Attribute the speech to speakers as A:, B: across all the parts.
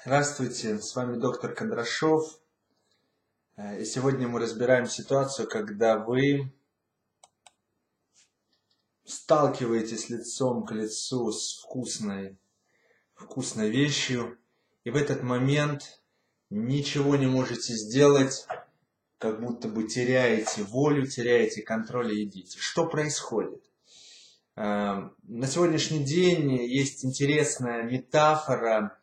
A: Здравствуйте, с вами доктор Кондрашов. И сегодня мы разбираем ситуацию, когда вы сталкиваетесь лицом к лицу с вкусной вещью, и в этот момент ничего не можете сделать, как будто бы теряете волю, теряете контроль и едите. Что происходит? На сегодняшний день есть интересная метафора,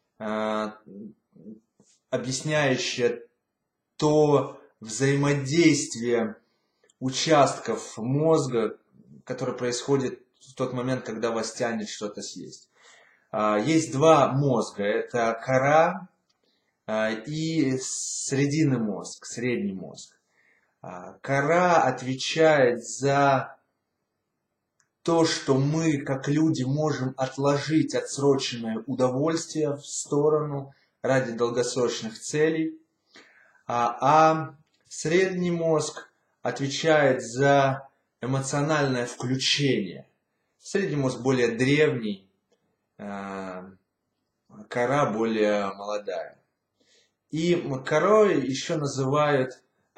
A: объясняющая то взаимодействие участков мозга, которое происходит в тот момент, когда вас тянет что-то съесть. Есть два мозга. Это кора и срединный мозг, средний мозг. Кора отвечает за то, что мы, как люди, можем отложить отсроченное удовольствие в сторону ради долгосрочных целей. А средний мозг отвечает за эмоциональное включение. Средний мозг более древний, кора более молодая. И кору еще называют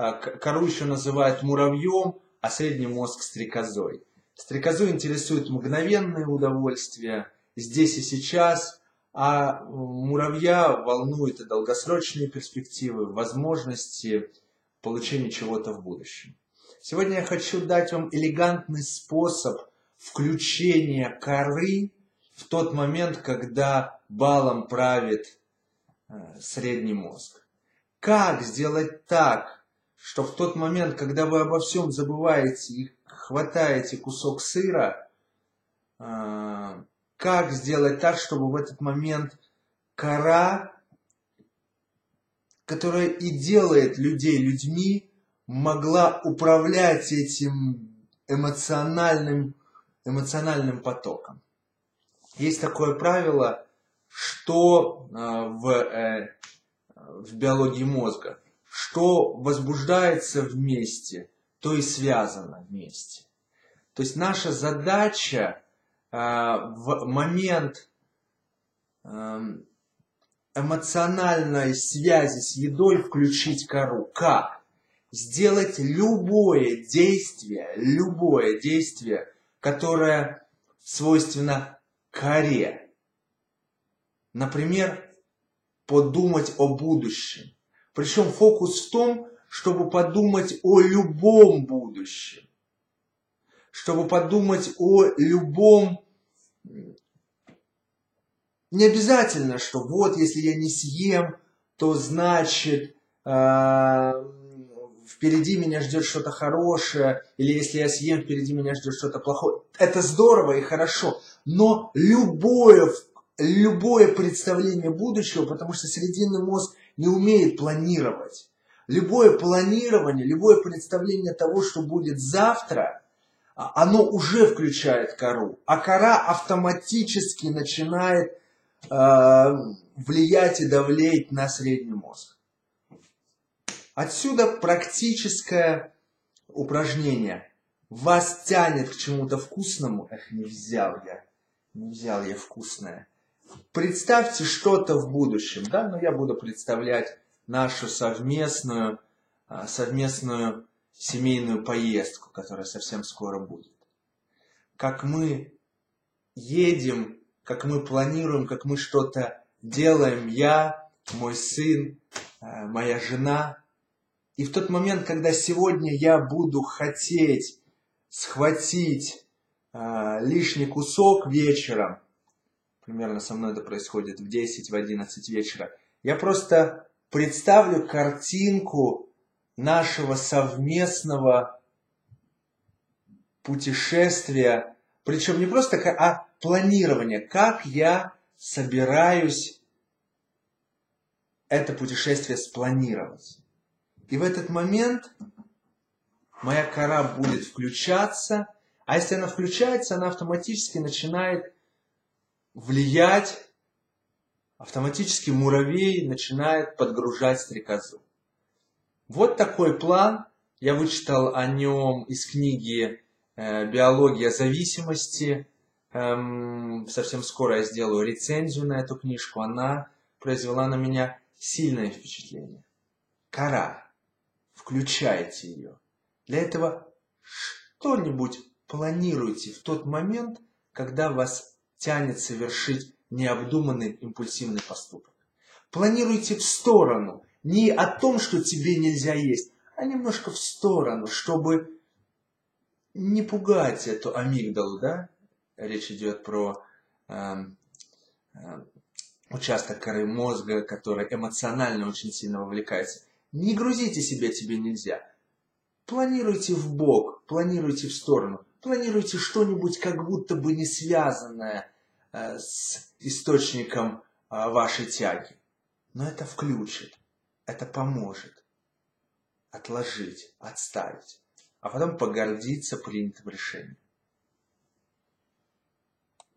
A: муравьем, а средний мозг стрекозой. Стрекозу интересует мгновенное удовольствие здесь и сейчас, а муравья волнуют долгосрочные перспективы, возможности получения чего-то в будущем. Сегодня я хочу дать вам элегантный способ включения коры в тот момент, когда балом правит средний мозг. Как сделать так, что в тот момент, когда вы обо всем забываете и хватаете кусок сыра, как сделать так, чтобы в этот момент кора, которая и делает людей людьми, могла управлять этим эмоциональным потоком. Есть такое правило, что в биологии мозга, что возбуждается вместе, то и связано вместе. То есть наша задача в момент эмоциональной связи с едой включить кору. Как? Сделать любое действие, которое свойственно коре. Например, подумать о будущем. Причем фокус в том, чтобы подумать о любом будущем. Чтобы подумать о любом. Не обязательно, что вот, если я не съем, то значит впереди меня ждет что-то хорошее, или если я съем, впереди меня ждет что-то плохое. Это здорово и хорошо, но любое представление будущего, потому что срединный мозг не умеет планировать. Любое планирование, любое представление того, что будет завтра, оно уже включает кору, а кора автоматически начинает влиять и давлеть на средний мозг. Отсюда практическое упражнение. Вас тянет к чему-то вкусному. Не взял я вкусное. Представьте что-то в будущем, да? Но я буду представлять нашу совместную семейную поездку, которая совсем скоро будет. Как мы едем, как мы планируем, как мы что-то делаем, я, мой сын, моя жена. И в тот момент, когда сегодня я буду хотеть схватить лишний кусок вечером, примерно со мной это происходит в 10, в 11 вечера, я просто представлю картинку нашего совместного путешествия, причем не просто, а планирование, как я собираюсь это путешествие спланировать. И в этот момент моя кора будет включаться, а если она включается, она автоматически начинает влиять, автоматически муравей начинает подгружать стрекозу. Вот такой план. Я вычитал о нем из книги «Биология зависимости». Совсем скоро я сделаю рецензию на эту книжку. Она произвела на меня сильное впечатление. Кора. Включайте ее. Для этого что-нибудь планируйте в тот момент, когда вас тянет совершить необдуманный импульсивный поступок. Планируйте в сторону. Не о том, что тебе нельзя есть, а немножко в сторону, чтобы не пугать эту амигдалу, да? Речь идет про участок коры мозга, который эмоционально очень сильно вовлекается. Не грузите себя, тебе нельзя. Планируйте в бок, планируйте в сторону, планируйте что-нибудь как будто бы не связанное с источником вашей тяги. Но это включит, это поможет отложить, отставить, а потом погордиться принятым решением.